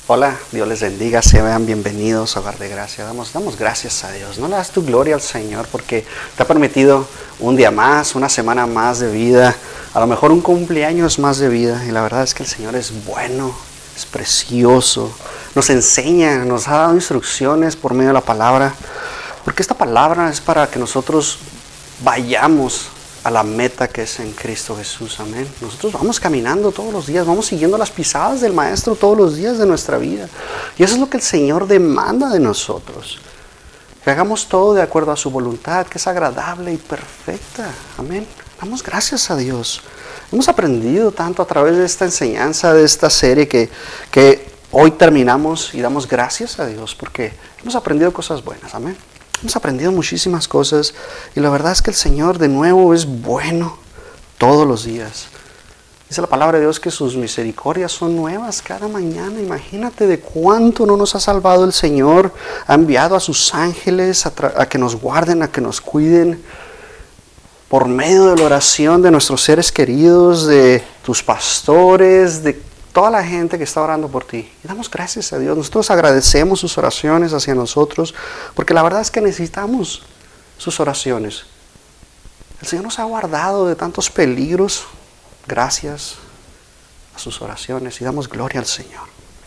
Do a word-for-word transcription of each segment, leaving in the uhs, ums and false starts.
Hola, Dios les bendiga, sean bienvenidos a Hogar de Gracia. Damos, damos gracias a Dios, no le das tu gloria al Señor porque te ha permitido un día más, una semana más de vida, a lo mejor un cumpleaños más de vida. Y la verdad es que el Señor es bueno, es precioso, nos enseña, nos ha dado instrucciones por medio de la palabra, porque esta palabra es para que nosotros vayamos a la meta que es en Cristo Jesús, amén. Nosotros vamos caminando todos los días, vamos siguiendo las pisadas del Maestro todos los días de nuestra vida. Y eso es lo que el Señor demanda de nosotros. Que hagamos todo de acuerdo a su voluntad, que es agradable y perfecta, amén. Damos gracias a Dios. Hemos aprendido tanto a través de esta enseñanza, de esta serie, que, que hoy terminamos y damos gracias a Dios porque hemos aprendido cosas buenas, amén. Hemos aprendido muchísimas cosas y la verdad es que el Señor de nuevo es bueno todos los días. Dice la palabra de Dios que sus misericordias son nuevas cada mañana. Imagínate de cuánto no nos ha salvado el Señor. Ha enviado a sus ángeles a, a que nos guarden, a que nos cuiden. Por medio de la oración de nuestros seres queridos, de tus pastores, de toda la gente que está orando por ti. Y damos gracias a Dios. Nosotros agradecemos sus oraciones hacia nosotros, porque la verdad es que necesitamos sus oraciones. El Señor nos ha guardado de tantos peligros gracias a sus oraciones y damos gloria al Señor.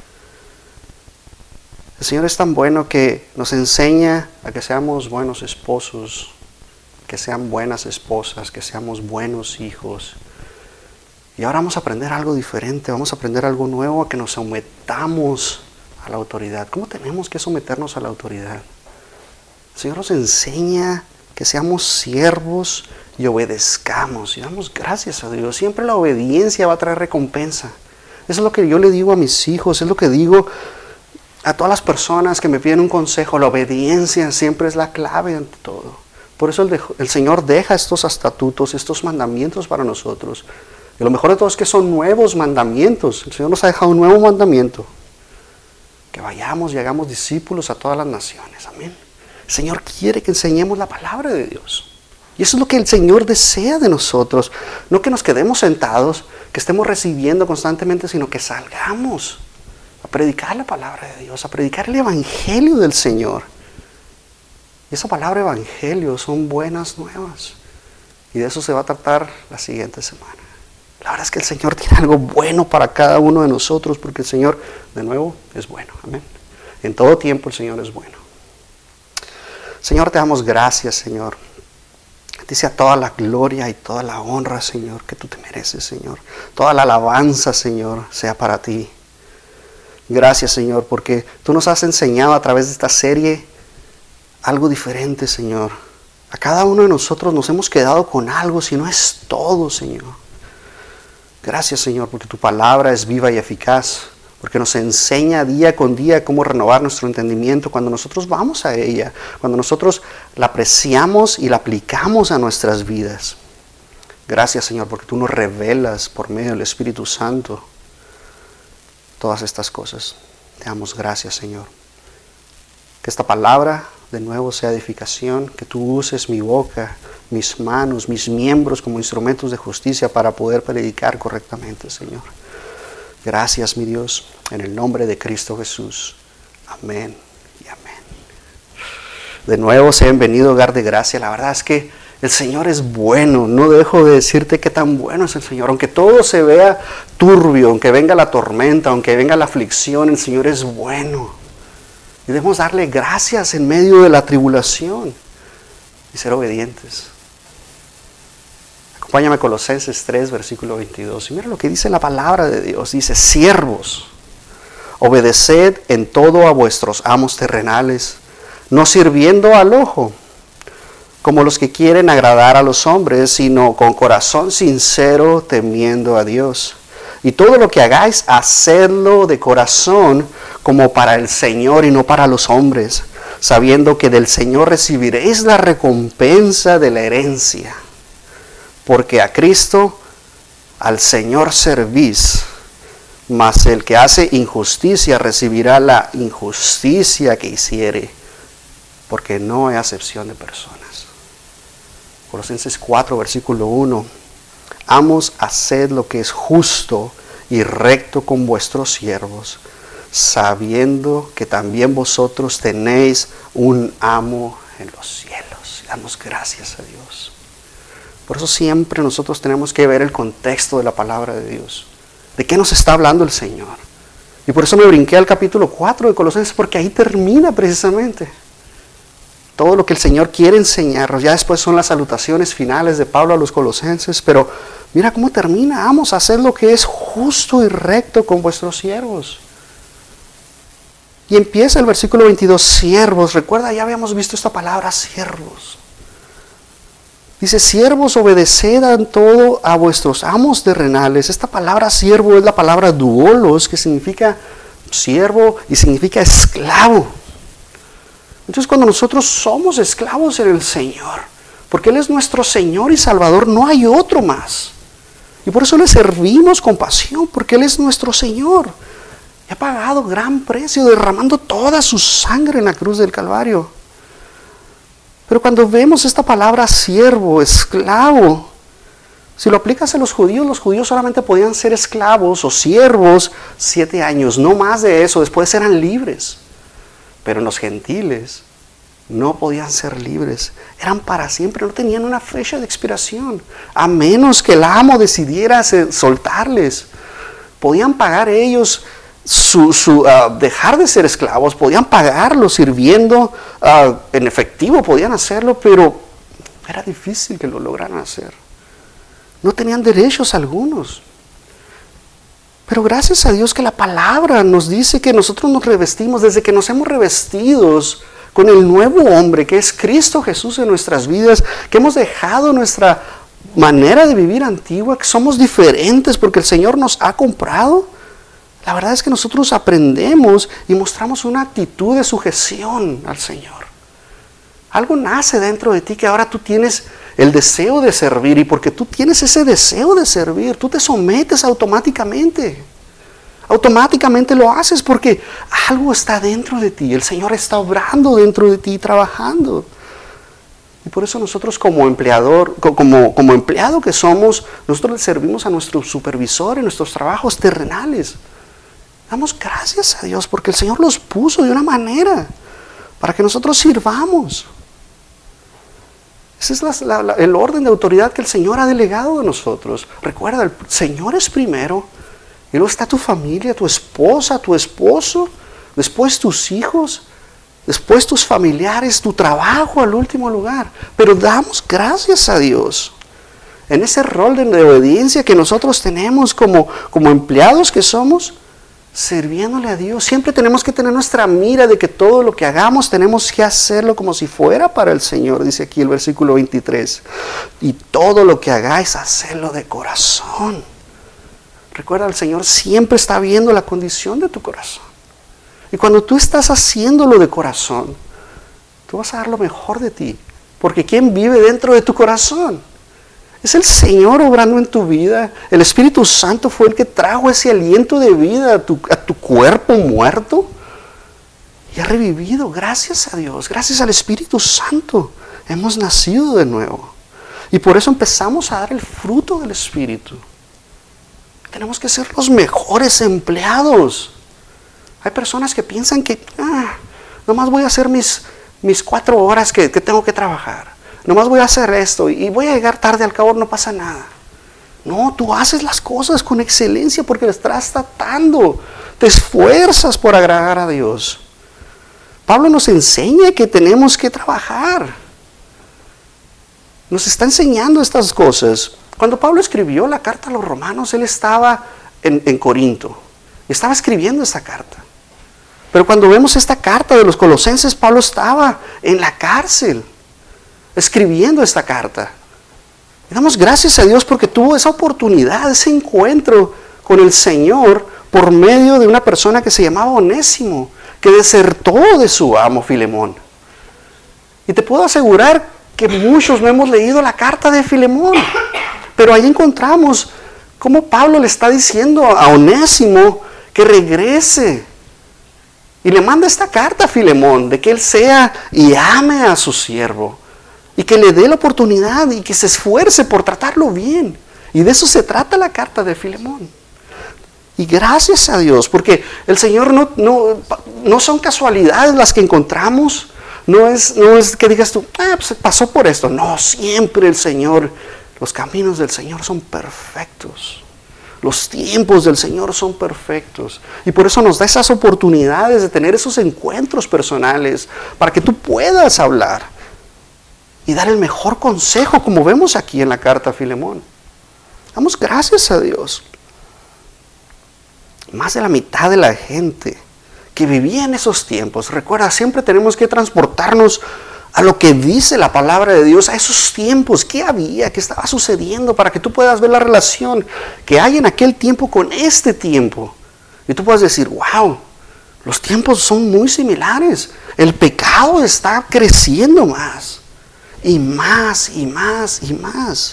El Señor es tan bueno que nos enseña a que seamos buenos esposos, que sean buenas esposas, que seamos buenos hijos. Y ahora vamos a aprender algo diferente, vamos a aprender algo nuevo, a que nos sometamos a la autoridad. ¿Cómo tenemos que someternos a la autoridad? El Señor nos enseña que seamos siervos y obedezcamos. Y damos gracias a Dios. Siempre la obediencia va a traer recompensa. Eso es lo que yo le digo a mis hijos, es lo que digo a todas las personas que me piden un consejo. La obediencia siempre es la clave ante todo. Por eso el, de, el Señor deja estos estatutos, estos mandamientos para nosotros. Y lo mejor de todo es que son nuevos mandamientos. El Señor nos ha dejado un nuevo mandamiento. Que vayamos y hagamos discípulos a todas las naciones. Amén. El Señor quiere que enseñemos la palabra de Dios. Y eso es lo que el Señor desea de nosotros. No que nos quedemos sentados, que estemos recibiendo constantemente, sino que salgamos a predicar la palabra de Dios, a predicar el evangelio del Señor. Y esa palabra evangelio son buenas nuevas. Y de eso se va a tratar la siguiente semana. La verdad es que el Señor tiene algo bueno para cada uno de nosotros, porque el Señor, de nuevo, es bueno. Amén. En todo tiempo el Señor es bueno. Señor, te damos gracias, Señor. Dice a toda la gloria y toda la honra, Señor, que tú te mereces, Señor. Toda la alabanza, Señor, sea para ti. Gracias, Señor, porque tú nos has enseñado a través de esta serie algo diferente, Señor. A cada uno de nosotros nos hemos quedado con algo, si no es todo, Señor. Gracias, Señor, porque tu palabra es viva y eficaz, porque nos enseña día con día cómo renovar nuestro entendimiento cuando nosotros vamos a ella, cuando nosotros la apreciamos y la aplicamos a nuestras vidas. Gracias, Señor, porque tú nos revelas por medio del Espíritu Santo todas estas cosas. Te damos gracias, Señor. Que esta palabra de nuevo sea edificación, que tú uses mi boca, mis manos, mis miembros como instrumentos de justicia para poder predicar correctamente, Señor. Gracias, mi Dios, en el nombre de Cristo Jesús. Amén y amén. De nuevo, sean bienvenidos, Hogar de Gracia. La verdad es que el Señor es bueno. No dejo de decirte qué tan bueno es el Señor. Aunque todo se vea turbio, aunque venga la tormenta, aunque venga la aflicción, el Señor es bueno. Y debemos darle gracias en medio de la tribulación y ser obedientes. Acompáñame a Colosenses tres, versículo veintidós. Y mira lo que dice la palabra de Dios. Dice, siervos, obedeced en todo a vuestros amos terrenales, no sirviendo al ojo, como los que quieren agradar a los hombres, sino con corazón sincero, temiendo a Dios. Y todo lo que hagáis, hacedlo de corazón, como para el Señor y no para los hombres, sabiendo que del Señor recibiréis la recompensa de la herencia. Porque a Cristo, al Señor servís, mas el que hace injusticia recibirá la injusticia que hiciere, porque no hay acepción de personas. Colosenses cuatro, versículo uno. Amos, haced lo que es justo y recto con vuestros siervos, sabiendo que también vosotros tenéis un amo en los cielos. Damos gracias a Dios. Por eso siempre nosotros tenemos que ver el contexto de la palabra de Dios. ¿De qué nos está hablando el Señor? Y por eso me brinqué al capítulo cuatro de Colosenses, porque ahí termina precisamente todo lo que el Señor quiere enseñarnos. Ya después son las salutaciones finales de Pablo a los colosenses, pero mira cómo termina. Vamos a hacer lo que es justo y recto con vuestros siervos. Y empieza el versículo veintidós, siervos. Recuerda, ya habíamos visto esta palabra, siervos. Dice, siervos, obedeced en todo a vuestros amos terrenales. Esta palabra siervo es la palabra doulos, que significa siervo y significa esclavo. Entonces cuando nosotros somos esclavos en el Señor, porque Él es nuestro Señor y Salvador, no hay otro más. Y por eso le servimos con pasión, porque Él es nuestro Señor. Y ha pagado gran precio, derramando toda su sangre en la cruz del Calvario. Pero cuando vemos esta palabra siervo, esclavo, si lo aplicas a los judíos, los judíos solamente podían ser esclavos o siervos siete años, no más de eso, después eran libres. Pero los gentiles no podían ser libres, eran para siempre, no tenían una fecha de expiración, a menos que el amo decidiera soltarles. Podían pagar ellos Su, su, uh, dejar de ser esclavos, podían pagarlo sirviendo uh, en efectivo, podían hacerlo, pero era difícil que lo lograran hacer. No tenían derechos algunos. Pero gracias a Dios que la palabra nos dice que nosotros nos revestimos, desde que nos hemos revestidos con el nuevo hombre que es Cristo Jesús en nuestras vidas, que hemos dejado nuestra manera de vivir antigua, que somos diferentes porque el Señor nos ha comprado. La verdad es que nosotros aprendemos y mostramos una actitud de sujeción al Señor. Algo nace dentro de ti que ahora tú tienes el deseo de servir, y porque tú tienes ese deseo de servir, tú te sometes automáticamente. Automáticamente lo haces porque algo está dentro de ti. El Señor está obrando dentro de ti, trabajando. Y por eso nosotros como empleador, como, como empleado que somos, nosotros le servimos a nuestro supervisor en nuestros trabajos terrenales. Damos gracias a Dios porque el Señor los puso de una manera para que nosotros sirvamos. Ese es la, la, el orden de autoridad que el Señor ha delegado a nosotros. Recuerda, el Señor es primero, y luego está tu familia, tu esposa, tu esposo, después tus hijos, después tus familiares, tu trabajo al último lugar. Pero damos gracias a Dios en ese rol de, de obediencia que nosotros tenemos como, como empleados que somos, sirviéndole a Dios. Siempre tenemos que tener nuestra mira de que todo lo que hagamos tenemos que hacerlo como si fuera para el Señor, dice aquí el versículo veintitrés. Y todo lo que hagáis, hacerlo de corazón. Recuerda, el Señor siempre está viendo la condición de tu corazón. Y cuando tú estás haciéndolo de corazón, tú vas a dar lo mejor de ti. Porque ¿quién vive dentro de tu corazón? Es el Señor obrando en tu vida. El Espíritu Santo fue el que trajo ese aliento de vida a tu, a tu cuerpo muerto y ha revivido. Gracias a Dios, gracias al Espíritu Santo, hemos nacido de nuevo. Y por eso empezamos a dar el fruto del Espíritu. Tenemos que ser los mejores empleados. Hay personas que piensan que ah, nomás voy a hacer mis, mis cuatro horas que, que tengo que trabajar. Nomás voy a hacer esto y voy a llegar tarde, al cabo no pasa nada. No, tú haces las cosas con excelencia porque le estás tratando, te esfuerzas por agradar a Dios. Pablo nos enseña que tenemos que trabajar. Nos está enseñando estas cosas. Cuando Pablo escribió la carta a los romanos, él estaba en, en Corinto. Estaba escribiendo esta carta. Pero cuando vemos esta carta de los colosenses, Pablo estaba en la cárcel, escribiendo esta carta. Y damos gracias a Dios porque tuvo esa oportunidad, ese encuentro con el Señor por medio de una persona que se llamaba Onésimo, que desertó de su amo Filemón. Y te puedo asegurar que muchos no hemos leído la carta de Filemón, pero ahí encontramos cómo Pablo le está diciendo a Onésimo que regrese. Y le manda esta carta a Filemón de que él sea y ame a su siervo. Y que le dé la oportunidad y que se esfuerce por tratarlo bien. Y de eso se trata la carta de Filemón. Y gracias a Dios, porque el Señor no, no, no son casualidades las que encontramos. No es, no es que digas tú, ah, pues pasó por esto. No, siempre el Señor, los caminos del Señor son perfectos. Los tiempos del Señor son perfectos. Y por eso nos da esas oportunidades de tener esos encuentros personales para que tú puedas hablar y dar el mejor consejo, como vemos aquí en la carta a Filemón. Damos gracias a Dios. Más de la mitad de la gente que vivía en esos tiempos, recuerda, siempre tenemos que transportarnos a lo que dice la palabra de Dios, a esos tiempos, qué había, qué estaba sucediendo, para que tú puedas ver la relación que hay en aquel tiempo con este tiempo. Y tú puedas decir, wow, los tiempos son muy similares. El pecado está creciendo más, y más, y más, y más.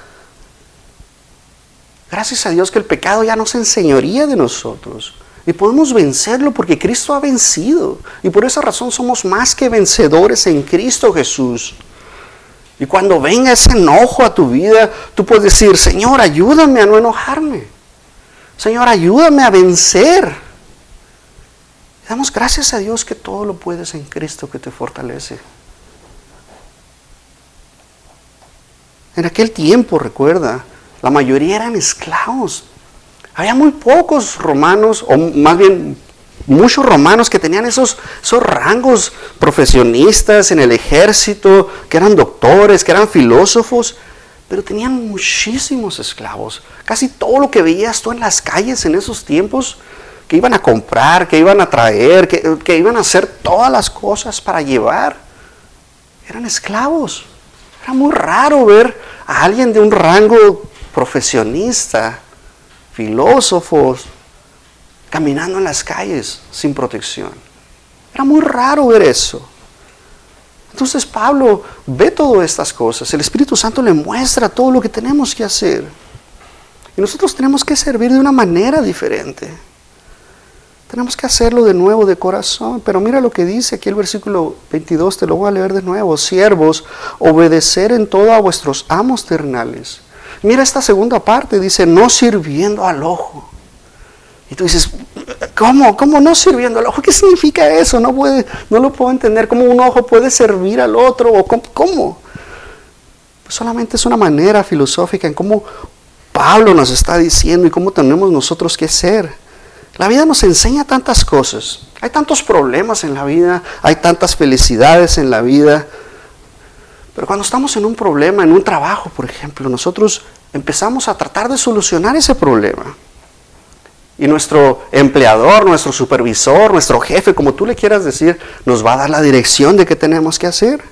Gracias a Dios que el pecado ya no se enseñoría de nosotros. Y podemos vencerlo porque Cristo ha vencido. Y por esa razón somos más que vencedores en Cristo Jesús. Y cuando venga ese enojo a tu vida, tú puedes decir, Señor, ayúdame a no enojarme. Señor, ayúdame a vencer. Y damos gracias a Dios que todo lo puedes en Cristo que te fortalece. En aquel tiempo, recuerda, la mayoría eran esclavos. Había muy pocos romanos, o más bien muchos romanos que tenían esos, esos rangos profesionistas en el ejército, que eran doctores, que eran filósofos, pero tenían muchísimos esclavos. Casi todo lo que veías tú en las calles en esos tiempos, que iban a comprar, que iban a traer, que, que iban a hacer todas las cosas para llevar, eran esclavos. Era muy raro ver a alguien de un rango profesionista, filósofos, caminando en las calles sin protección. Era muy raro ver eso. Entonces Pablo ve todas estas cosas. El Espíritu Santo le muestra todo lo que tenemos que hacer. Y nosotros tenemos que servir de una manera diferente. Tenemos que hacerlo de nuevo de corazón. Pero mira lo que dice aquí el versículo veintidós, te lo voy a leer de nuevo. Siervos, obedecer en todo a vuestros amos terrenales. Mira esta segunda parte, dice, no sirviendo al ojo. Y tú dices, ¿cómo? ¿Cómo no sirviendo al ojo? ¿Qué significa eso? No, puede, no lo puedo entender. ¿Cómo un ojo puede servir al otro? ¿O cómo? ¿Cómo? Pues solamente es una manera filosófica en cómo Pablo nos está diciendo y cómo tenemos nosotros que ser. La vida nos enseña tantas cosas. Hay tantos problemas en la vida, hay tantas felicidades en la vida. Pero cuando estamos en un problema, en un trabajo, por ejemplo, nosotros empezamos a tratar de solucionar ese problema. Y nuestro empleador, nuestro supervisor, nuestro jefe, como tú le quieras decir, nos va a dar la dirección de qué tenemos que hacer.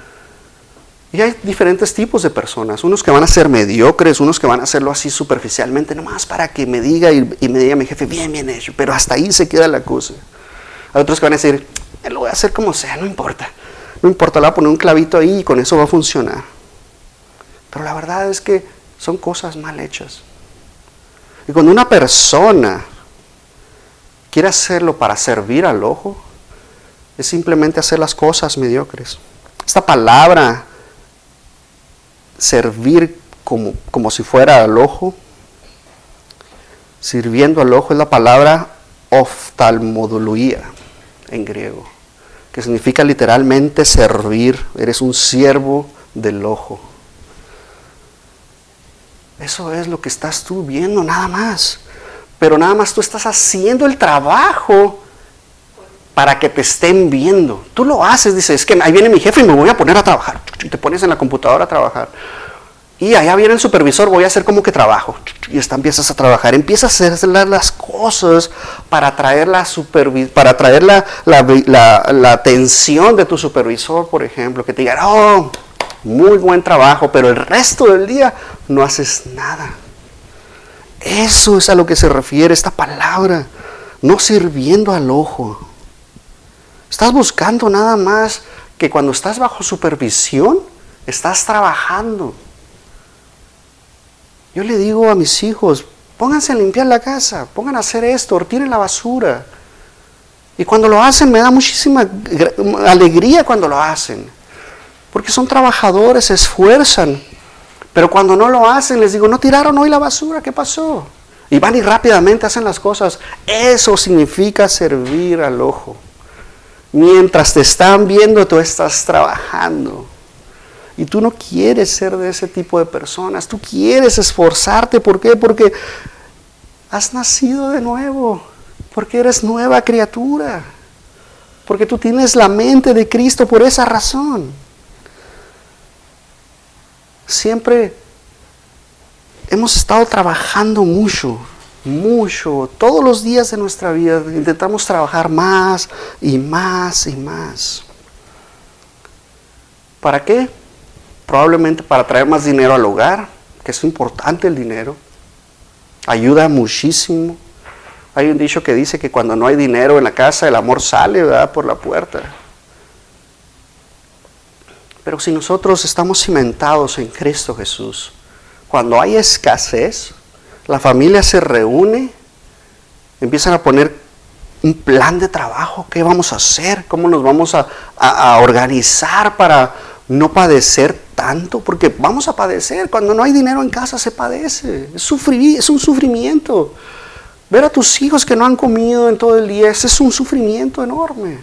Y hay diferentes tipos de personas. Unos que van a ser mediocres, unos que van a hacerlo así superficialmente, nomás para que me diga y, y me diga mi jefe, bien, bien hecho. Pero hasta ahí se queda la cosa. Hay otros que van a decir, eh, lo voy a hacer como sea, no importa. No importa, le voy a poner un clavito ahí y con eso va a funcionar. Pero la verdad es que son cosas mal hechas. Y cuando una persona quiere hacerlo para servir al ojo, es simplemente hacer las cosas mediocres. Esta palabra, servir como, como si fuera al ojo, sirviendo al ojo, es la palabra oftalmodoluía en griego, que significa literalmente servir. Eres un siervo del ojo. Eso es lo que estás tú viendo, nada más. Pero nada más tú estás haciendo el trabajo para que te estén viendo. Tú lo haces, dices, es que ahí viene mi jefe y me voy a poner a trabajar. Y te pones en la computadora a trabajar. Y allá viene el supervisor, voy a hacer como que trabajo. Y está, empiezas a trabajar, empiezas a hacer las cosas para atraer la, supervi- para atraer la, la, la, la atención de tu supervisor, por ejemplo. Que te diga, oh, muy buen trabajo, pero el resto del día no haces nada. Eso es a lo que se refiere esta palabra, no sirviendo al ojo. Estás buscando nada más que cuando estás bajo supervisión, estás trabajando. Yo le digo a mis hijos, pónganse a limpiar la casa, pongan a hacer esto, retiren la basura. Y cuando lo hacen me da muchísima alegría cuando lo hacen. Porque son trabajadores, se esfuerzan. Pero cuando no lo hacen, les digo, no tiraron hoy la basura, ¿qué pasó? Y van y rápidamente hacen las cosas. Eso significa servir al ojo. Mientras te están viendo, tú estás trabajando. Y tú no quieres ser de ese tipo de personas. Tú quieres esforzarte. ¿Por qué? Porque has nacido de nuevo. Porque eres nueva criatura. Porque tú tienes la mente de Cristo por esa razón. Siempre hemos estado trabajando mucho, mucho. Todos los días de nuestra vida intentamos trabajar más y más y más. ¿Para qué? Probablemente para traer más dinero al hogar, que es importante el dinero. Ayuda muchísimo. Hay un dicho que dice que cuando no hay dinero en la casa, el amor sale, ¿verdad?, por la puerta. Pero si nosotros estamos cimentados en Cristo Jesús, cuando hay escasez, la familia se reúne, empiezan a poner un plan de trabajo, qué vamos a hacer, cómo nos vamos a, a, a organizar para no padecer tanto, porque vamos a padecer. Cuando no hay dinero en casa se padece, es, sufrir, es un sufrimiento. Ver a tus hijos que no han comido en todo el día, ese es un sufrimiento enorme.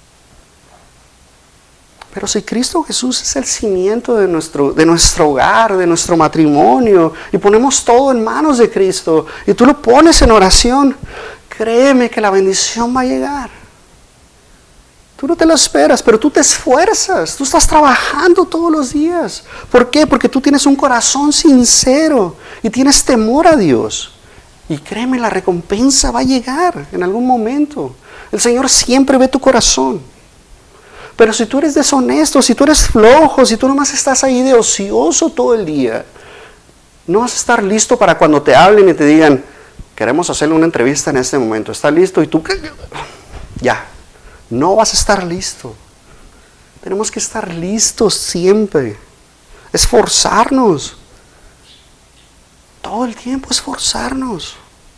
Pero si Cristo Jesús es el cimiento de nuestro, de nuestro hogar, de nuestro matrimonio, y ponemos todo en manos de Cristo, y tú lo pones en oración, créeme que la bendición va a llegar. Tú no te lo esperas, pero tú te esfuerzas, tú estás trabajando todos los días. ¿Por qué? Porque tú tienes un corazón sincero y tienes temor a Dios. Y créeme, la recompensa va a llegar en algún momento. El Señor siempre ve tu corazón. Pero si tú eres deshonesto, si tú eres flojo, si tú nomás estás ahí de ocioso todo el día, no vas a estar listo para cuando te hablen y te digan, queremos hacerle una entrevista en este momento. ¿Está listo? Y tú, ya, no vas a estar listo. Tenemos que estar listos siempre. Esforzarnos. Todo el tiempo esforzarnos.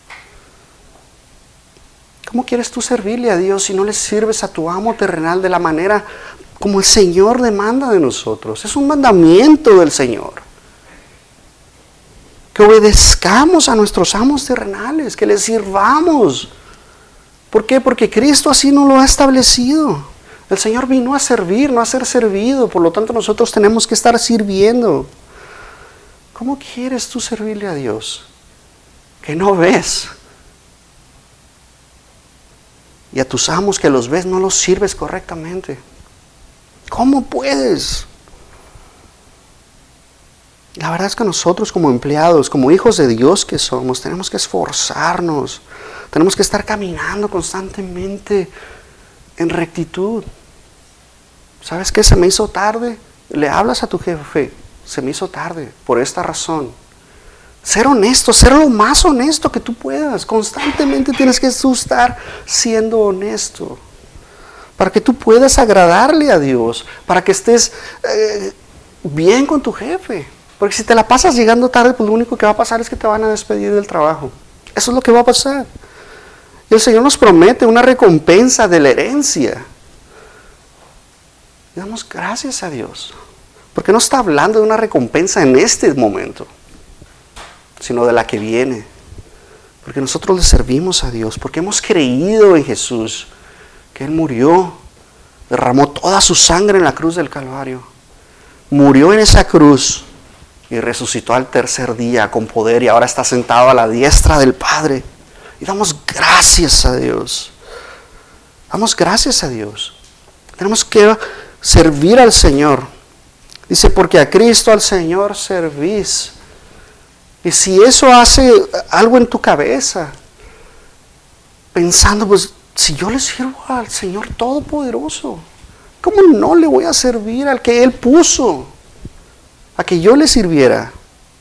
¿Cómo quieres tú servirle a Dios si no le sirves a tu amo terrenal de la manera como el Señor demanda de nosotros? Es un mandamiento del Señor. Que obedezcamos a nuestros amos terrenales, que les sirvamos. ¿Por qué? Porque Cristo así nos lo ha establecido. El Señor vino a servir, no a ser servido. Por lo tanto, nosotros tenemos que estar sirviendo. ¿Cómo quieres tú servirle a Dios? Que no ves. Y a tus amos que los ves no los sirves correctamente. ¿Cómo puedes? La verdad es que nosotros como empleados, como hijos de Dios que somos, tenemos que esforzarnos. Tenemos que estar caminando constantemente en rectitud. ¿Sabes qué? Se me hizo tarde. Le hablas a tu jefe. Se me hizo tarde por esta razón. Ser honesto, ser lo más honesto que tú puedas. Constantemente tienes que estar siendo honesto. Para que tú puedas agradarle a Dios. Para que estés eh, bien con tu jefe. Porque si te la pasas llegando tarde, pues lo único que va a pasar es que te van a despedir del trabajo. Eso es lo que va a pasar. Y el Señor nos promete una recompensa de la herencia. Y damos gracias a Dios. Porque no está hablando de una recompensa en este momento, sino de la que viene. Porque nosotros le servimos a Dios, porque hemos creído en Jesús, que Él murió, derramó toda su sangre en la cruz del Calvario, murió en esa cruz y resucitó al tercer día con poder y ahora está sentado a la diestra del Padre. Y damos gracias a Dios. Damos gracias a Dios. Tenemos que servir al Señor. Dice, porque a Cristo, al Señor, servís. Y si eso hace algo en tu cabeza, pensando, pues, si yo le sirvo al Señor Todopoderoso, ¿cómo no le voy a servir al que Él puso? A que yo le sirviera.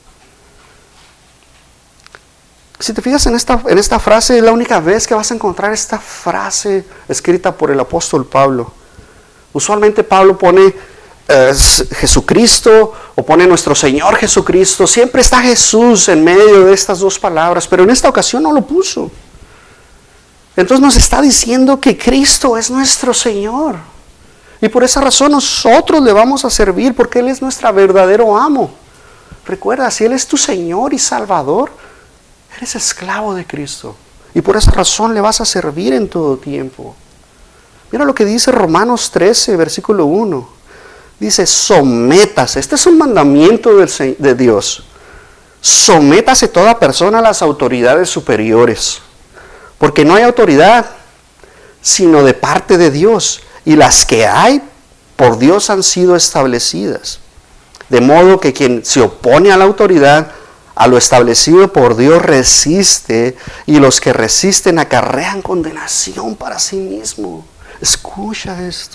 Si te fijas en esta, en esta frase, es la única vez que vas a encontrar esta frase escrita por el apóstol Pablo. Usualmente Pablo pone eh, Jesucristo o pone nuestro Señor Jesucristo. Siempre está Jesús en medio de estas dos palabras, pero en esta ocasión no lo puso. Entonces nos está diciendo que Cristo es nuestro Señor. Y por esa razón nosotros le vamos a servir, porque Él es nuestro verdadero amo. Recuerda, si Él es tu Señor y Salvador, Eres esclavo de Cristo. Y por esa razón le vas a servir en todo tiempo. Mira lo que dice Romanos trece, versículo uno. Dice, sométase. Este es un mandamiento del, de Dios. Sométase toda persona a las autoridades superiores. Porque no hay autoridad sino de parte de Dios. Y las que hay por Dios han sido establecidas. De modo que quien se opone a la autoridad, a lo establecido por Dios, resiste, y los que resisten acarrean condenación para sí mismo. Escucha esto.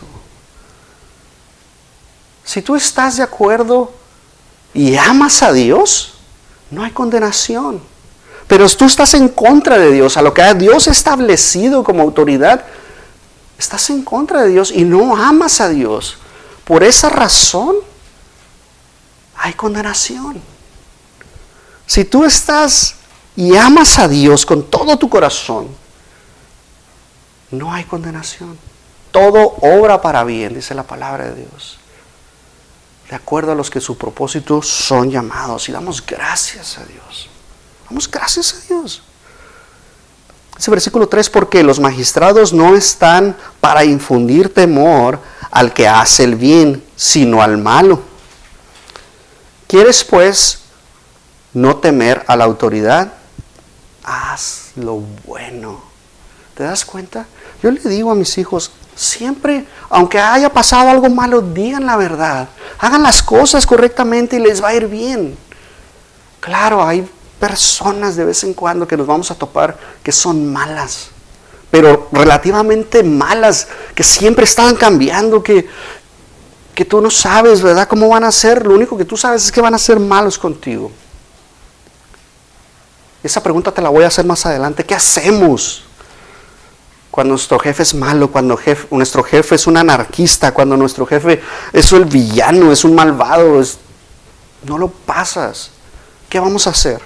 Si tú estás de acuerdo y amas a Dios, no hay condenación. Pero si tú estás en contra de Dios, a lo que Dios ha establecido como autoridad, estás en contra de Dios y no amas a Dios. Por esa razón, hay condenación. Si tú estás y amas a Dios con todo tu corazón, no hay condenación. Todo obra para bien, dice la palabra de Dios, de acuerdo a los que su propósito son llamados. Y damos gracias a Dios. Damos gracias a Dios. Ese versículo tres, porque los magistrados no están para infundir temor al que hace el bien, sino al malo. ¿Quieres pues no temer a la autoridad? Haz lo bueno. ¿Te das cuenta? Yo le digo a mis hijos, siempre, aunque haya pasado algo malo, digan la verdad. Hagan las cosas correctamente y les va a ir bien. Claro, hay personas de vez en cuando que nos vamos a topar que son malas, pero relativamente malas, que siempre están cambiando, que, que tú no sabes, ¿verdad?, cómo van a ser. Lo único que tú sabes es que van a ser malos contigo. Esa pregunta te la voy a hacer más adelante. ¿Qué hacemos cuando nuestro jefe es malo, cuando jefe, nuestro jefe es un anarquista, cuando nuestro jefe es el villano, es un malvado? Es, no lo pasas. ¿Qué vamos a hacer?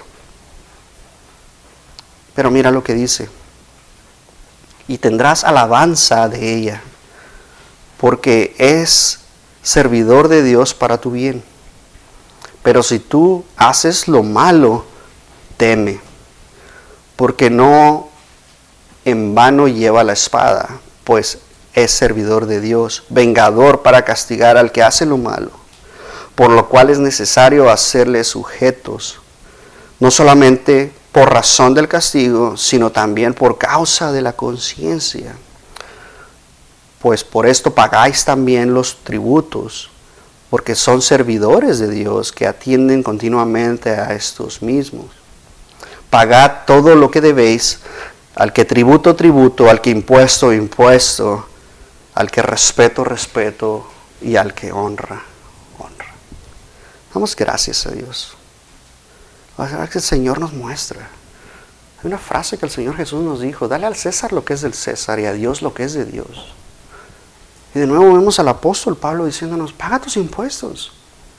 Pero mira lo que dice. Y tendrás alabanza de ella, porque es servidor de Dios para tu bien. Pero si tú haces lo malo, teme, porque no en vano lleva la espada, pues es servidor de Dios, vengador para castigar al que hace lo malo, por lo cual es necesario hacerle sujetos, no solamente por razón del castigo, sino también por causa de la conciencia. Pues por esto pagáis también los tributos, porque son servidores de Dios que atienden continuamente a estos mismos. Pagad todo lo que debéis, al que tributo, tributo, al que impuesto, impuesto, al que respeto, respeto, y al que honra, honra. Damos gracias a Dios. La verdad que el Señor nos muestra. Hay una frase que el Señor Jesús nos dijo: dale al César lo que es del César y a Dios lo que es de Dios. Y de nuevo vemos al apóstol Pablo diciéndonos: paga tus impuestos.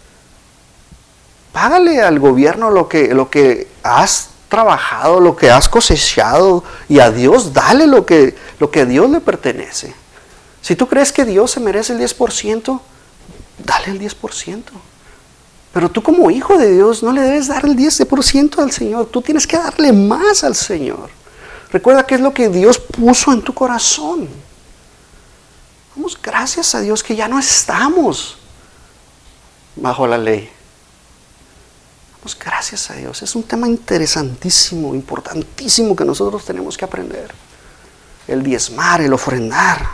Págale al gobierno lo que, lo que has trabajado, lo que has cosechado, y a Dios dale lo que, lo que a Dios le pertenece. Si tú crees que Dios se merece el diez por ciento, dale el diez por ciento. Pero tú como hijo de Dios no le debes dar el diez por ciento al Señor. Tú tienes que darle más al Señor. Recuerda que es lo que Dios puso en tu corazón. Damos gracias a Dios que ya no estamos bajo la ley. Damos gracias a Dios. Es un tema interesantísimo, importantísimo que nosotros tenemos que aprender. El diezmar, el ofrendar.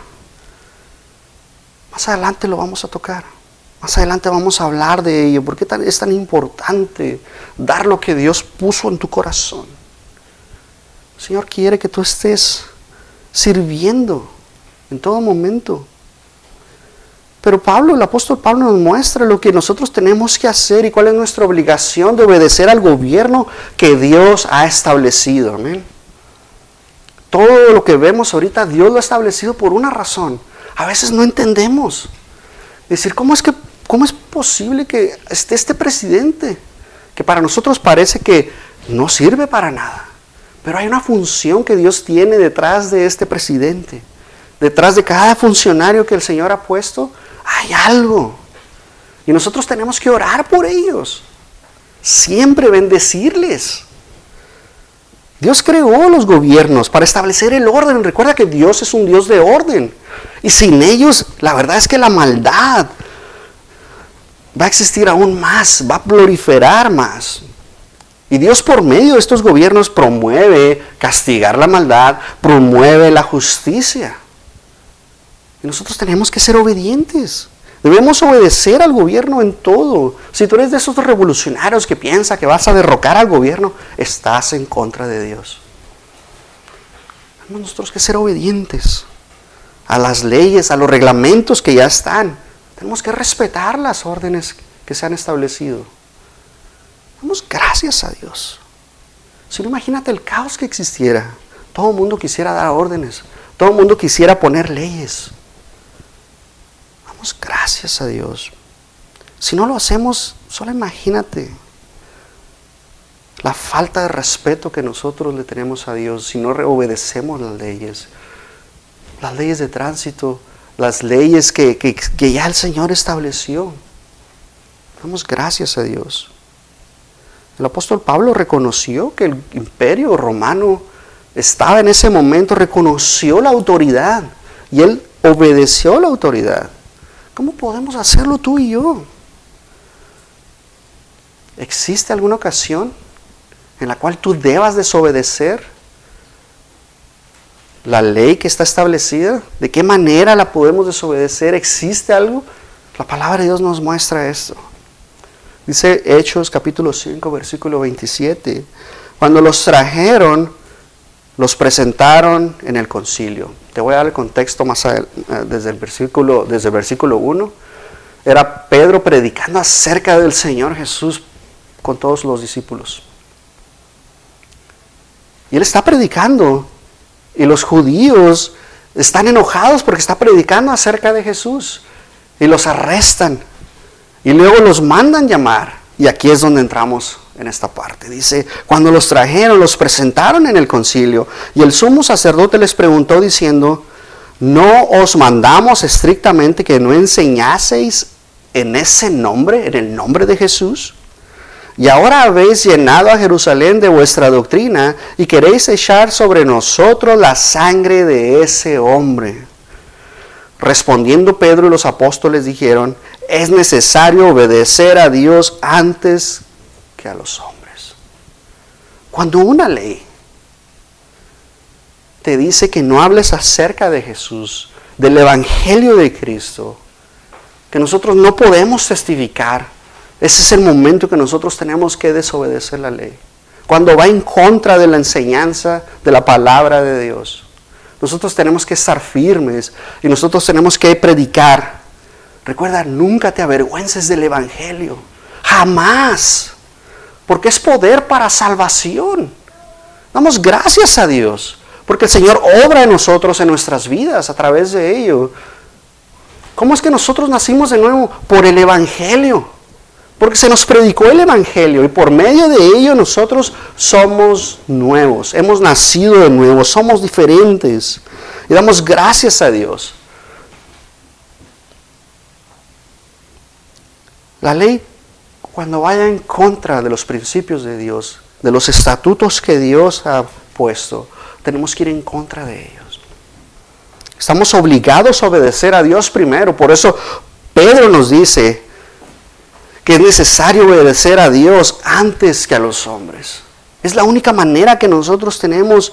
Más adelante lo vamos a tocar. Más adelante vamos a hablar de ello. ¿Por qué es tan importante dar lo que Dios puso en tu corazón? El Señor quiere que tú estés sirviendo en todo momento. Pero Pablo, el apóstol Pablo, nos muestra lo que nosotros tenemos que hacer y cuál es nuestra obligación de obedecer al gobierno que Dios ha establecido. Amén. Todo lo que vemos ahorita, Dios lo ha establecido por una razón. A veces no entendemos. Decir, ¿cómo es que ¿Cómo es posible que esté este presidente? Que para nosotros parece que no sirve para nada. Pero hay una función que Dios tiene detrás de este presidente. Detrás de cada funcionario que el Señor ha puesto, hay algo. Y nosotros tenemos que orar por ellos. Siempre bendecirles. Dios creó los gobiernos para establecer el orden. Recuerda que Dios es un Dios de orden. Y sin ellos, la verdad es que la maldad va a existir aún más, va a proliferar más. Y Dios por medio de estos gobiernos promueve castigar la maldad, promueve la justicia. Y nosotros tenemos que ser obedientes. Debemos obedecer al gobierno en todo. Si tú eres de esos revolucionarios que piensa que vas a derrocar al gobierno, estás en contra de Dios. Tenemos nosotros que ser obedientes a las leyes, a los reglamentos que ya están. Tenemos que respetar las órdenes que se han establecido. Damos gracias a Dios. Si no, imagínate el caos que existiera. Todo el mundo quisiera dar órdenes. Todo el mundo quisiera poner leyes. Damos gracias a Dios. Si no lo hacemos, solo imagínate la falta de respeto que nosotros le tenemos a Dios si no obedecemos las leyes. Las leyes de tránsito, las leyes que, que, que ya el Señor estableció. Damos gracias a Dios. El apóstol Pablo reconoció que el imperio romano estaba en ese momento, reconoció la autoridad y él obedeció la autoridad. ¿Cómo podemos hacerlo tú y yo? ¿Existe alguna ocasión en la cual tú debas desobedecer la ley que está establecida? ¿De qué manera la podemos desobedecer? ¿Existe algo? La palabra de Dios nos muestra esto. Dice Hechos capítulo cinco, versículo veintisiete. Cuando los trajeron, los presentaron en el concilio. Te voy a dar el contexto más adelante, desde el versículo, desde el versículo uno. Era Pedro predicando acerca del Señor Jesús con todos los discípulos. Y él está predicando. Y los judíos están enojados porque está predicando acerca de Jesús. Y los arrestan. Y luego los mandan llamar. Y aquí es donde entramos en esta parte. Dice, cuando los trajeron, los presentaron en el concilio. Y el sumo sacerdote les preguntó diciendo, ¿no os mandamos estrictamente que no enseñaseis en ese nombre, en el nombre de Jesús? Y ahora habéis llenado a Jerusalén de vuestra doctrina y queréis echar sobre nosotros la sangre de ese hombre. Respondiendo Pedro y los apóstoles dijeron, es necesario obedecer a Dios antes que a los hombres. Cuando una ley te dice que no hables acerca de Jesús, del Evangelio de Cristo, que nosotros no podemos testificar, ese es el momento que nosotros tenemos que desobedecer la ley. Cuando va en contra de la enseñanza de la palabra de Dios. Nosotros tenemos que estar firmes y nosotros tenemos que predicar. Recuerda, nunca te avergüences del Evangelio. Jamás. Porque es poder para salvación. Damos gracias a Dios. Porque el Señor obra en nosotros, en nuestras vidas, a través de ello. ¿Cómo es que nosotros nacimos de nuevo? Por el Evangelio. Porque se nos predicó el Evangelio y por medio de ello nosotros somos nuevos. Hemos nacido de nuevo, somos diferentes. Y damos gracias a Dios. La ley, cuando vaya en contra de los principios de Dios, de los estatutos que Dios ha puesto, tenemos que ir en contra de ellos. Estamos obligados a obedecer a Dios primero. Por eso Pedro nos dice que es necesario obedecer a Dios antes que a los hombres. Es la única manera que nosotros tenemos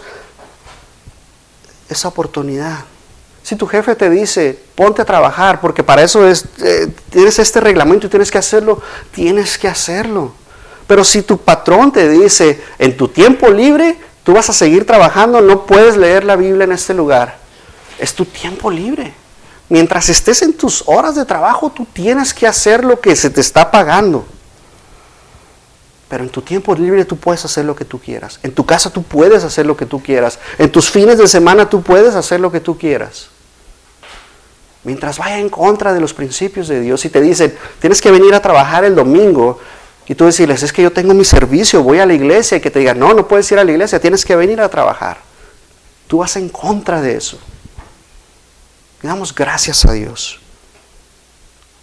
esa oportunidad. Si tu jefe te dice, ponte a trabajar, porque para eso es, eh, tienes este reglamento y tienes que hacerlo, tienes que hacerlo. Pero si tu patrón te dice, en tu tiempo libre, tú vas a seguir trabajando, no puedes leer la Biblia en este lugar. Es tu tiempo libre. Mientras estés en tus horas de trabajo, tú tienes que hacer lo que se te está pagando. Pero en tu tiempo libre tú puedes hacer lo que tú quieras. En tu casa tú puedes hacer lo que tú quieras. En tus fines de semana tú puedes hacer lo que tú quieras. Mientras vaya en contra de los principios de Dios y te dicen, tienes que venir a trabajar el domingo, y tú decirles, es que yo tengo mi servicio, voy a la iglesia, y que te digan, no, no puedes ir a la iglesia, tienes que venir a trabajar. Tú vas en contra de eso. Y damos gracias a Dios.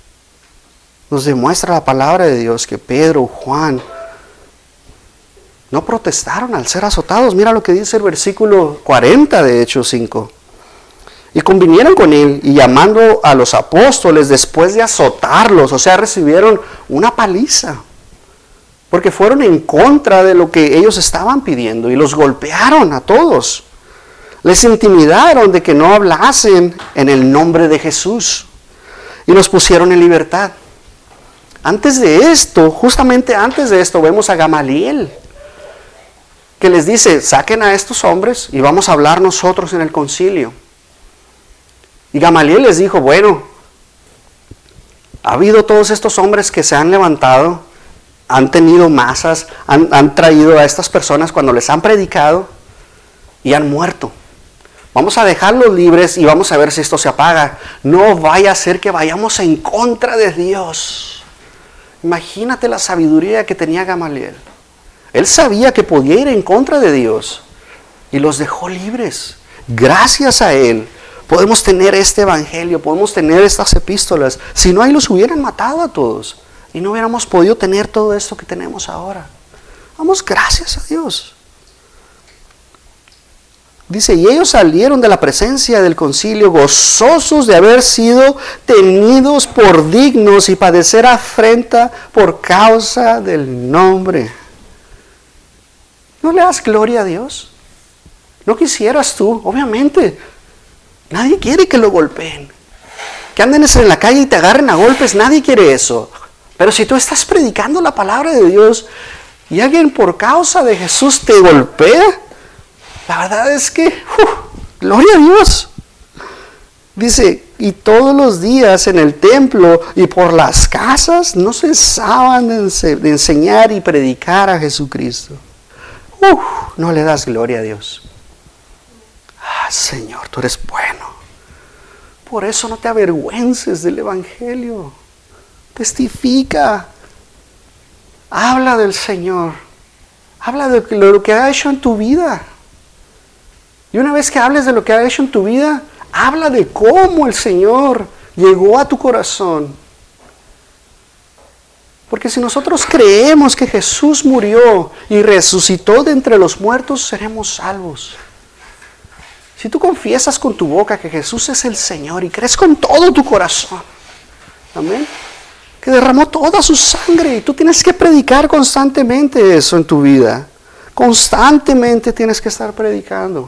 Nos demuestra la palabra de Dios que Pedro, Juan, No protestaron al ser azotados. Mira lo que dice el versículo cuarenta de Hechos cinco. Y convinieron con él, y llamando a los apóstoles después de azotarlos, o sea, recibieron una paliza, porque fueron en contra de lo que ellos estaban pidiendo, y los golpearon a todos. Les intimidaron de que no hablasen en el nombre de Jesús, y los pusieron en libertad. Antes de esto, justamente antes de esto, vemos a Gamaliel, que les dice, saquen a estos hombres y vamos a hablar nosotros en el concilio. Y Gamaliel les dijo, bueno, ha habido todos estos hombres que se han levantado, han tenido masas, han, han traído a estas personas cuando les han predicado y han muerto. Vamos a dejarlos libres y vamos a ver si esto se apaga. No vaya a ser que vayamos en contra de Dios. Imagínate la sabiduría que tenía Gamaliel. Él sabía que podía ir en contra de Dios y los dejó libres. Gracias a él podemos tener este evangelio, podemos tener estas epístolas. Si no, ahí los hubieran matado a todos y no hubiéramos podido tener todo esto que tenemos ahora. Damos gracias a Dios. Dice, y ellos salieron de la presencia del concilio gozosos de haber sido tenidos por dignos y padecer afrenta por causa del nombre. ¿No le das gloria a Dios? ¿No quisieras tú? Obviamente, nadie quiere que lo golpeen. Que anden en la calle y te agarren a golpes, nadie quiere eso. Pero si tú estás predicando la palabra de Dios y alguien por causa de Jesús te golpea, la verdad es que, ¡uh! ¡Gloria a Dios! Dice, y todos los días en el templo y por las casas no cesaban de, ense- de enseñar y predicar a Jesucristo. ¡Uh! No le das gloria a Dios. Ah, Señor, tú eres bueno. Por eso no te avergüences del evangelio. Testifica. Habla del Señor. Habla de lo que ha hecho en tu vida. Y una vez que hables de lo que ha hecho en tu vida, habla de cómo el Señor llegó a tu corazón. Porque si nosotros creemos que Jesús murió y resucitó de entre los muertos, seremos salvos. Si tú confiesas con tu boca que Jesús es el Señor y crees con todo tu corazón, amén, que derramó toda su sangre, y tú tienes que predicar constantemente eso en tu vida. Constantemente tienes que estar predicando.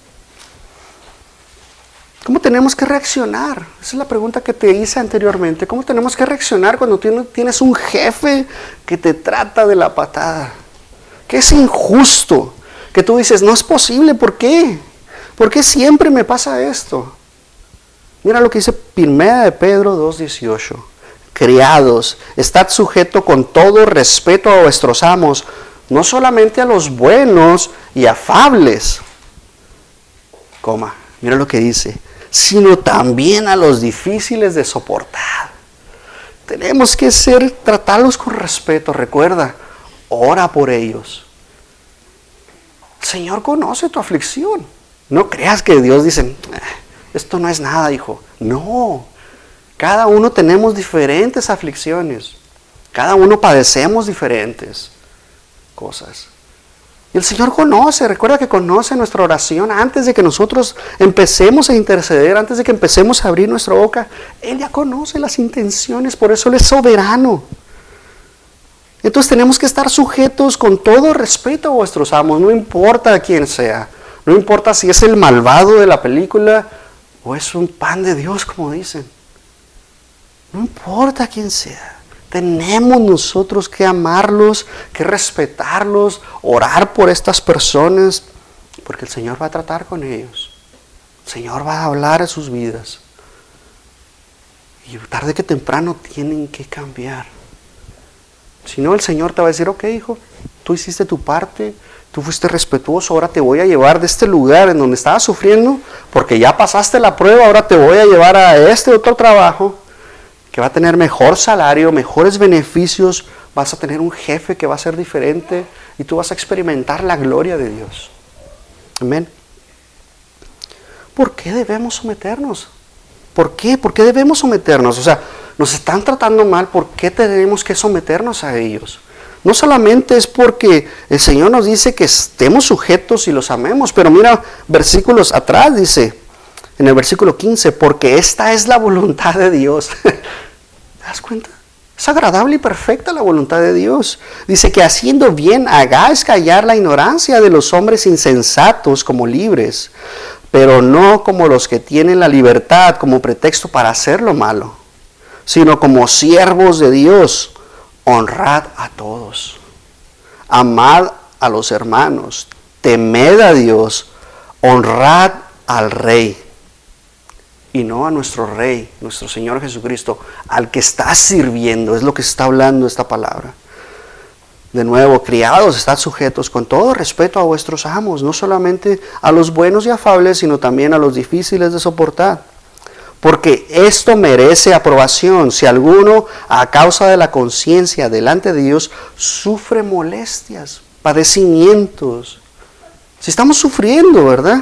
¿Cómo tenemos que reaccionar? Esa es la pregunta que te hice anteriormente. ¿Cómo tenemos que reaccionar cuando tienes un jefe que te trata de la patada? Que es injusto. Que tú dices, no es posible, ¿por qué? ¿Por qué siempre me pasa esto? Mira lo que dice Primera de Pedro dos dieciocho. Criados, estad sujetos con todo respeto a vuestros amos, no solamente a los buenos y afables, coma, mira lo que dice, sino también a los difíciles de soportar. Tenemos que ser, tratarlos con respeto. Recuerda, ora por ellos. El Señor conoce tu aflicción. No creas que Dios dice, esto no es nada, hijo. No, cada uno tenemos diferentes aflicciones. Cada uno padecemos diferentes cosas. Y el Señor conoce, recuerda que conoce nuestra oración antes de que nosotros empecemos a interceder, antes de que empecemos a abrir nuestra boca. Él ya conoce las intenciones, por eso Él es soberano. Entonces tenemos que estar sujetos con todo respeto a vuestros amos, no importa quién sea. No importa si es el malvado de la película o es un pan de Dios, como dicen. No importa quién sea. Tenemos nosotros que amarlos, que respetarlos, orar por estas personas, porque el Señor va a tratar con ellos. El Señor va a hablar a sus vidas. Y tarde que temprano tienen que cambiar. Si no, el Señor te va a decir, ok, hijo, tú hiciste tu parte, tú fuiste respetuoso, ahora te voy a llevar de este lugar en donde estabas sufriendo, porque ya pasaste la prueba, ahora te voy a llevar a este otro trabajo, que va a tener mejor salario, mejores beneficios, vas a tener un jefe que va a ser diferente y tú vas a experimentar la gloria de Dios. Amén. ¿Por qué debemos someternos? ¿Por qué? ¿Por qué debemos someternos? O sea, nos están tratando mal, ¿por qué tenemos que someternos a ellos? No solamente es porque el Señor nos dice que estemos sujetos y los amemos, pero mira versículos atrás, dice, en el versículo quince, porque esta es la voluntad de Dios. ¿Te das cuenta? Es agradable y perfecta la voluntad de Dios. Dice que haciendo bien hagáis callar la ignorancia de los hombres insensatos como libres, pero no como los que tienen la libertad como pretexto para hacer lo malo, sino como siervos de Dios. Honrad a todos, amad a los hermanos, temed a Dios, honrad al Rey. Y no a nuestro Rey, nuestro Señor Jesucristo, al que estás sirviendo, es lo que está hablando esta palabra. De nuevo, criados, estad sujetos con todo respeto a vuestros amos, no solamente a los buenos y afables, sino también a los difíciles de soportar. Porque esto merece aprobación si alguno, a causa de la conciencia delante de Dios, sufre molestias, padecimientos. Si estamos sufriendo, ¿verdad?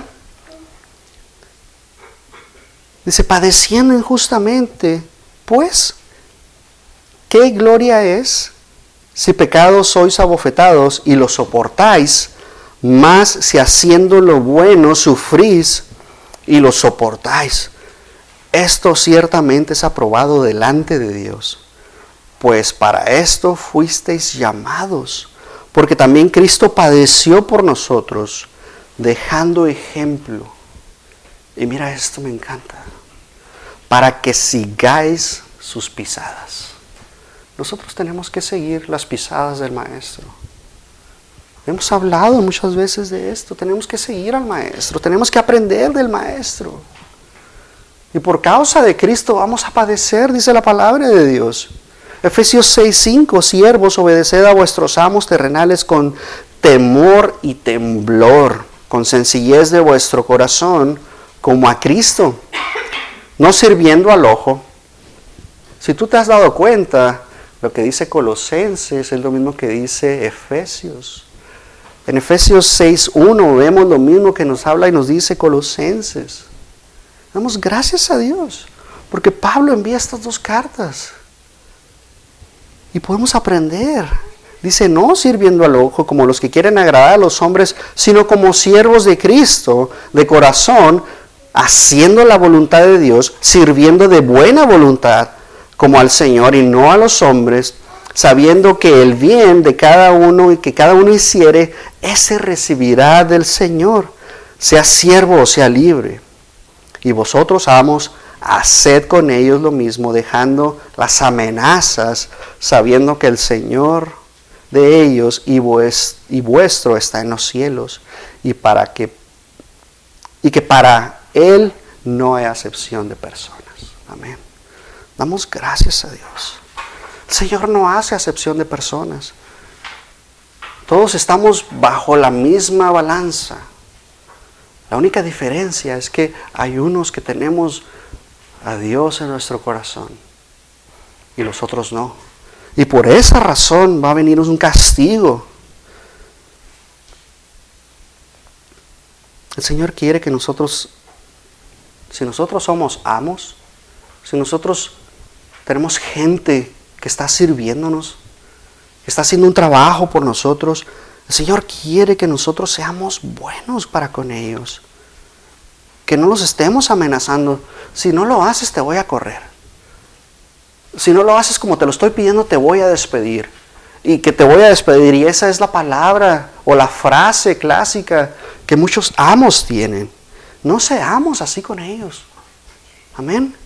Dice, padeciendo injustamente, pues, ¿qué gloria es si pecados sois abofetados y lo soportáis, más si haciendo lo bueno sufrís y lo soportáis? Esto ciertamente es aprobado delante de Dios, pues para esto fuisteis llamados, porque también Cristo padeció por nosotros, dejando ejemplo. Y mira, esto me encanta. Para que sigáis sus pisadas. Nosotros tenemos que seguir las pisadas del Maestro. Hemos hablado muchas veces de esto. Tenemos que seguir al Maestro. Tenemos que aprender del Maestro. Y por causa de Cristo vamos a padecer, dice la palabra de Dios. Efesios seis cinco, siervos, obedeced a vuestros amos terrenales con temor y temblor, con sencillez de vuestro corazón, como a Cristo, no sirviendo al ojo. Si tú te has dado cuenta, lo que dice Colosenses es lo mismo que dice Efesios. En Efesios seis uno vemos lo mismo que nos habla y nos dice Colosenses. Damos gracias a Dios, porque Pablo envía estas dos cartas. Y podemos aprender. Dice, no sirviendo al ojo como los que quieren agradar a los hombres, sino como siervos de Cristo, de corazón, haciendo la voluntad de Dios, sirviendo de buena voluntad, como al Señor y no a los hombres, sabiendo que el bien de cada uno y que cada uno hiciere, ese recibirá del Señor, sea siervo o sea libre. Y vosotros, amos, haced con ellos lo mismo, dejando las amenazas, sabiendo que el Señor de ellos y, vues, y vuestro está en los cielos, y, para que, y que para Él no hay acepción de personas. Amén. Damos gracias a Dios. El Señor no hace acepción de personas. Todos estamos bajo la misma balanza. La única diferencia es que hay unos que tenemos a Dios en nuestro corazón y los otros no. Y por esa razón va a venir un castigo. El Señor quiere que nosotros, si nosotros somos amos, si nosotros tenemos gente que está sirviéndonos, que está haciendo un trabajo por nosotros, el Señor quiere que nosotros seamos buenos para con ellos. Que no los estemos amenazando. Si no lo haces, te voy a correr. Si no lo haces como te lo estoy pidiendo, te voy a despedir. Y que te voy a despedir. Y esa es la palabra o la frase clásica que muchos amos tienen. No seamos así con ellos. Amén.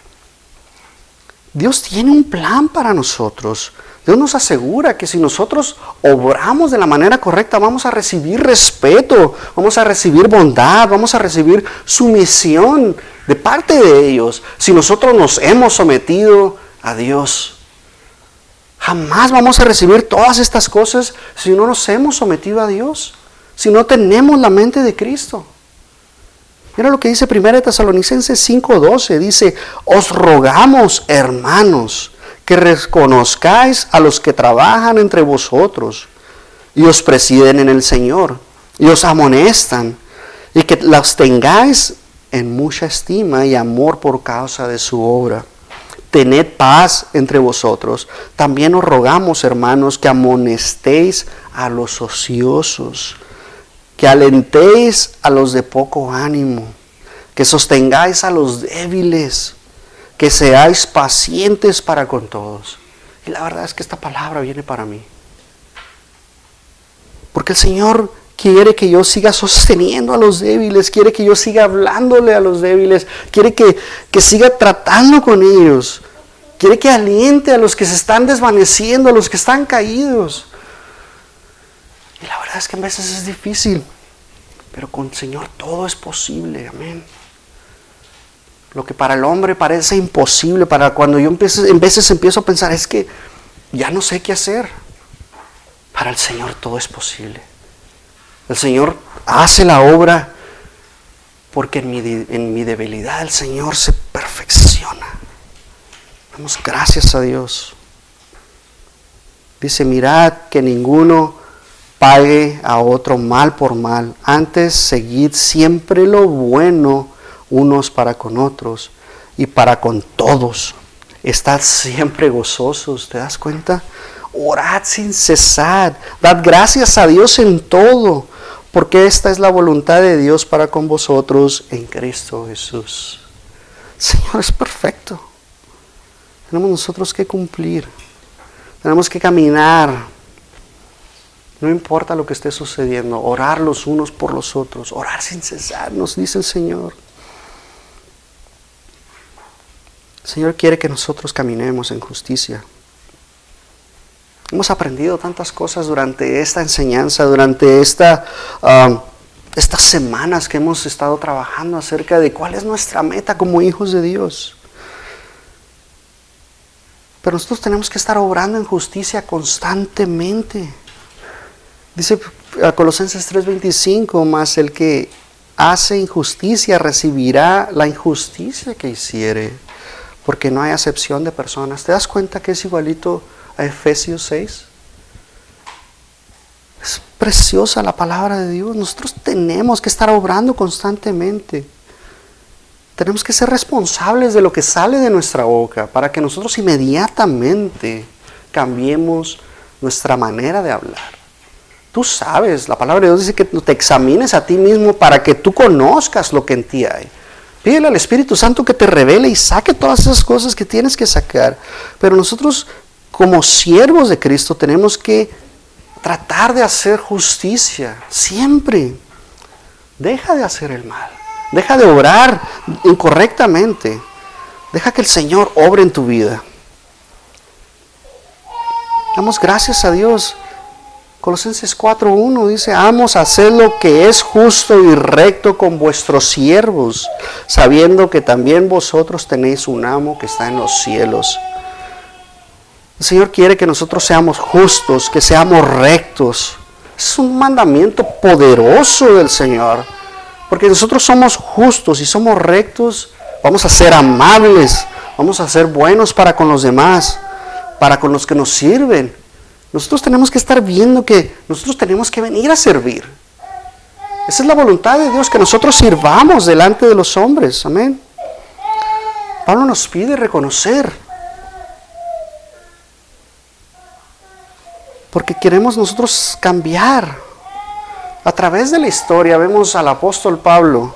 Dios tiene un plan para nosotros. Dios nos asegura que si nosotros obramos de la manera correcta, vamos a recibir respeto, vamos a recibir bondad, vamos a recibir sumisión de parte de ellos. Si nosotros nos hemos sometido a Dios, jamás vamos a recibir todas estas cosas si no nos hemos sometido a Dios, si no tenemos la mente de Cristo. Mira lo que dice primera de Tesalonicenses cinco doce, dice, os rogamos, hermanos, que reconozcáis a los que trabajan entre vosotros y os presiden en el Señor y os amonestan, y que los tengáis en mucha estima y amor por causa de su obra, tened paz entre vosotros. También os rogamos, hermanos, que amonestéis a los ociosos, que alentéis a los de poco ánimo, que sostengáis a los débiles, que seáis pacientes para con todos. Y la verdad es que esta palabra viene para mí, porque el Señor quiere que yo siga sosteniendo a los débiles, quiere que yo siga hablándole a los débiles, quiere que, que siga tratando con ellos, quiere que aliente a los que se están desvaneciendo, a los que están caídos. Y la verdad es que a veces es difícil, pero con el Señor todo es posible, amén. Lo que para el hombre parece imposible, para cuando yo empiezo, en veces empiezo a pensar, es que ya no sé qué hacer. Para el Señor todo es posible. El Señor hace la obra porque en mi, en mi debilidad el Señor se perfecciona. Damos gracias a Dios. Dice, mirad que ninguno pague a otro mal por mal. Antes seguid siempre lo bueno unos para con otros y para con todos. Estad siempre gozosos. ¿Te das cuenta? Orad sin cesar. Dad gracias a Dios en todo, porque esta es la voluntad de Dios para con vosotros en Cristo Jesús. El Señor es perfecto. Tenemos nosotros que cumplir. Tenemos que caminar. No importa lo que esté sucediendo. Orar los unos por los otros. Orar sin cesar, nos dice el Señor. El Señor quiere que nosotros caminemos en justicia. Hemos aprendido tantas cosas durante esta enseñanza, durante esta, uh, estas semanas que hemos estado trabajando acerca de cuál es nuestra meta como hijos de Dios. Pero nosotros tenemos que estar obrando en justicia constantemente. Dice a Colosenses tres veinticinco, más el que hace injusticia recibirá la injusticia que hiciere, porque no hay acepción de personas. ¿Te das cuenta que es igualito a Efesios seis? Es preciosa la palabra de Dios. Nosotros tenemos que estar obrando constantemente. Tenemos que ser responsables de lo que sale de nuestra boca para que nosotros inmediatamente cambiemos nuestra manera de hablar. Tú sabes, la palabra de Dios dice que te examines a ti mismo para que tú conozcas lo que en ti hay. Pídele al Espíritu Santo que te revele y saque todas esas cosas que tienes que sacar. Pero nosotros, como siervos de Cristo, tenemos que tratar de hacer justicia siempre. Deja de hacer el mal. Deja de obrar incorrectamente. Deja que el Señor obre en tu vida. Damos gracias a Dios. Colosenses cuatro uno dice, amos a hacer lo que es justo y recto con vuestros siervos, sabiendo que también vosotros tenéis un amo que está en los cielos. El Señor quiere que nosotros seamos justos, que seamos rectos. Es un mandamiento poderoso del Señor, porque nosotros somos justos y somos rectos. Vamos a ser amables, vamos a ser buenos para con los demás, para con los que nos sirven. Nosotros tenemos que estar viendo que nosotros tenemos que venir a servir. Esa es la voluntad de Dios, que nosotros sirvamos delante de los hombres. Amén. Pablo nos pide reconocer, porque queremos nosotros cambiar. A través de la historia vemos al apóstol Pablo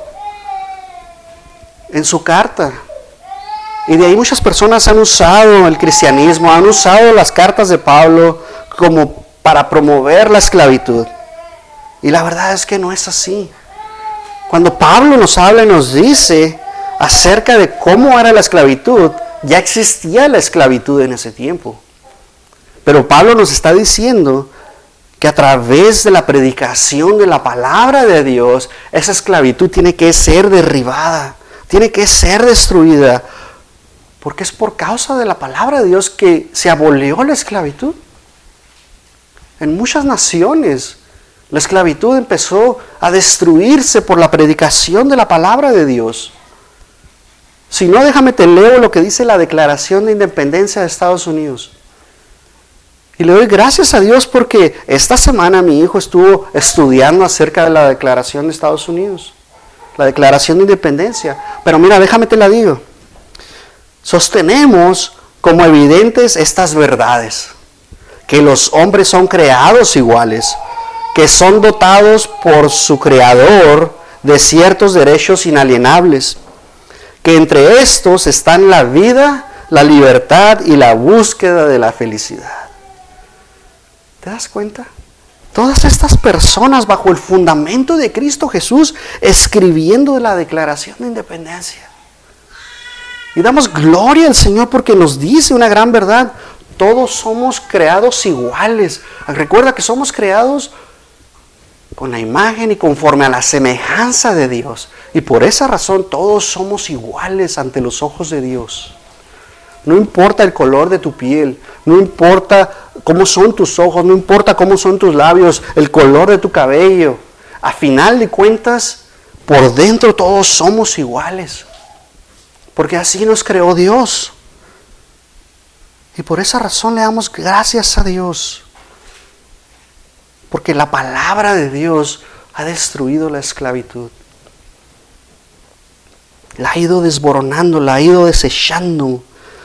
en su carta. Y de ahí muchas personas han usado el cristianismo, han usado las cartas de Pablo como para promover la esclavitud. Y la verdad es que no es así. Cuando Pablo nos habla y nos dice acerca de cómo era la esclavitud, ya existía la esclavitud en ese tiempo. Pero Pablo nos está diciendo que a través de la predicación de la palabra de Dios, esa esclavitud tiene que ser derribada, tiene que ser destruida, porque es por causa de la palabra de Dios que se abolió la esclavitud. En muchas naciones la esclavitud empezó a destruirse por la predicación de la palabra de Dios. Si no, déjame te leo lo que dice la Declaración de Independencia de Estados Unidos. Y le doy gracias a Dios porque esta semana mi hijo estuvo estudiando acerca de la Declaración de Estados Unidos, la Declaración de Independencia. Pero mira, déjame te la digo. sostenemos como evidentes estas verdades, que los hombres son creados iguales, que son dotados por su Creador de ciertos derechos inalienables, que entre estos están la vida, la libertad y la búsqueda de la felicidad. ¿Te das cuenta? Todas estas personas bajo el fundamento de Cristo Jesús escribiendo la Declaración de Independencia. Y damos gloria al Señor porque nos dice una gran verdad. Todos somos creados iguales. Recuerda que somos creados con la imagen y conforme a la semejanza de Dios. Y por esa razón todos somos iguales ante los ojos de Dios. No importa el color de tu piel, no importa cómo son tus ojos, no importa cómo son tus labios, el color de tu cabello. A final de cuentas, por dentro todos somos iguales. Porque así nos creó Dios. Y por esa razón le damos gracias a Dios. Porque la palabra de Dios ha destruido la esclavitud. La ha ido desboronando, la ha ido desechando.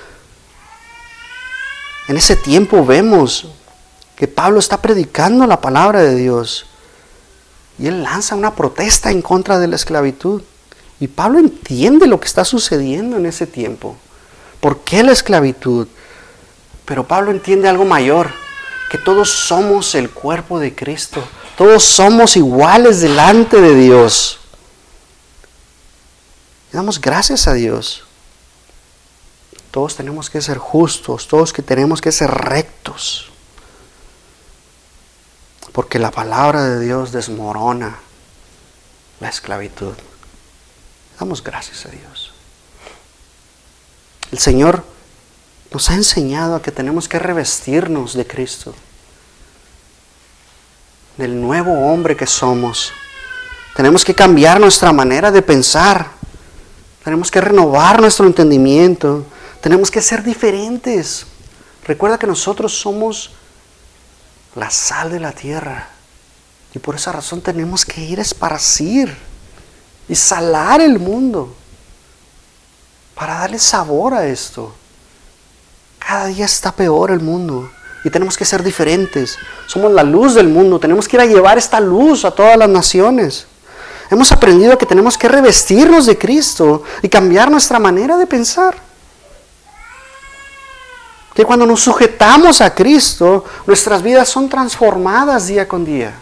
En ese tiempo vemos que Pablo está predicando la palabra de Dios. Y él lanza una protesta en contra de la esclavitud. Y Pablo entiende lo que está sucediendo en ese tiempo. ¿Por qué la esclavitud? Pero Pablo entiende algo mayor, que todos somos el cuerpo de Cristo. Todos somos iguales delante de Dios. Y damos gracias a Dios. Todos tenemos que ser justos, todos que tenemos que ser rectos. Porque la palabra de Dios desmorona la esclavitud. Damos gracias a Dios. El Señor nos ha enseñado a que tenemos que revestirnos de Cristo, del nuevo hombre que somos. Tenemos que cambiar nuestra manera de pensar. Tenemos que renovar nuestro entendimiento. Tenemos que ser diferentes. Recuerda que nosotros somos la sal de la tierra. Y por esa razón tenemos que ir a esparcir y salar el mundo para darle sabor a esto. Cada día está peor el mundo y tenemos que ser diferentes. Somos la luz del mundo. Tenemos que ir a llevar esta luz a todas las naciones. Hemos aprendido que tenemos que revestirnos de Cristo y cambiar nuestra manera de pensar. Que cuando nos sujetamos a Cristo, nuestras vidas son transformadas día con día.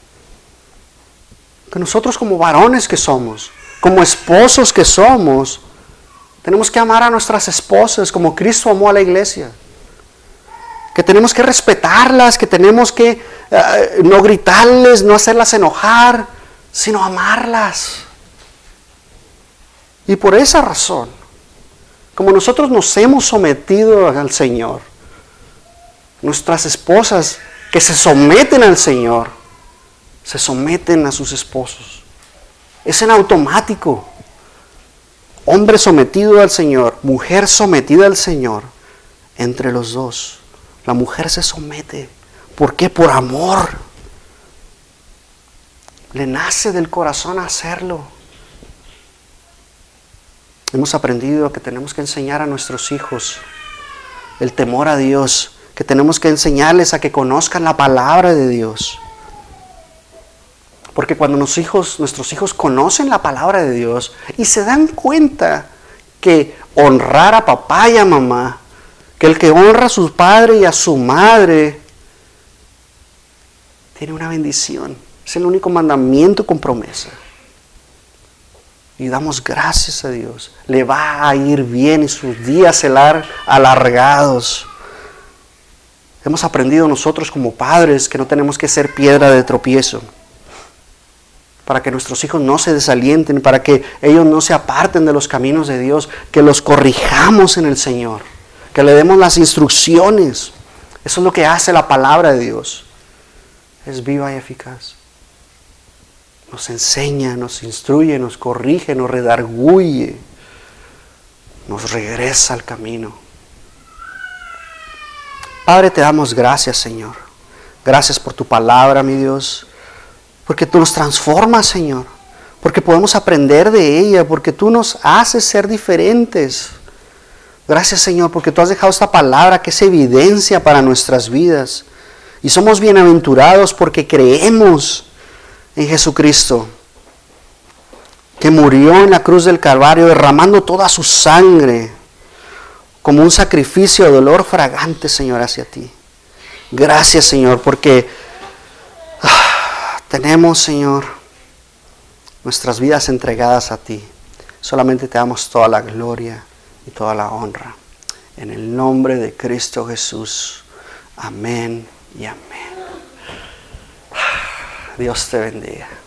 Que nosotros como varones que somos, como esposos que somos, tenemos que amar a nuestras esposas como Cristo amó a la iglesia. Que tenemos que respetarlas, que tenemos que uh, no gritarles, no hacerlas enojar, sino amarlas. Y por esa razón, como nosotros nos hemos sometido al Señor, nuestras esposas que se someten al Señor, se someten a sus esposos. Es en automático. Hombre sometido al Señor, mujer sometida al Señor, entre los dos. La mujer se somete. ¿Por qué? Por amor. Le nace del corazón hacerlo. Hemos aprendido que tenemos que enseñar a nuestros hijos el temor a Dios, que tenemos que enseñarles a que conozcan la palabra de Dios. Porque cuando nuestros hijos, nuestros hijos conocen la palabra de Dios y se dan cuenta que honrar a papá y a mamá, que el que honra a su padre y a su madre, tiene una bendición. Es el único mandamiento con promesa. Y damos gracias a Dios. Le va a ir bien y sus días serán alargados. Hemos aprendido nosotros como padres que no tenemos que ser piedra de tropiezo. Para que nuestros hijos no se desalienten, para que ellos no se aparten de los caminos de Dios, que los corrijamos en el Señor, que le demos las instrucciones. Eso es lo que hace la palabra de Dios. Es viva y eficaz. Nos enseña, nos instruye, nos corrige, nos redarguye, nos regresa al camino. Padre, te damos gracias, Señor. Gracias por tu palabra, mi Dios. Porque tú nos transformas, Señor. Porque podemos aprender de ella. Porque tú nos haces ser diferentes. Gracias, Señor, porque tú has dejado esta palabra que es evidencia para nuestras vidas. Y somos bienaventurados porque creemos en Jesucristo, que murió en la cruz del Calvario derramando toda su sangre como un sacrificio de dolor fragante, Señor, hacia ti. Gracias, Señor, porque ah, tenemos, Señor, nuestras vidas entregadas a ti. Solamente te damos toda la gloria y toda la honra. En el nombre de Cristo Jesús. Amén y amén. Dios te bendiga.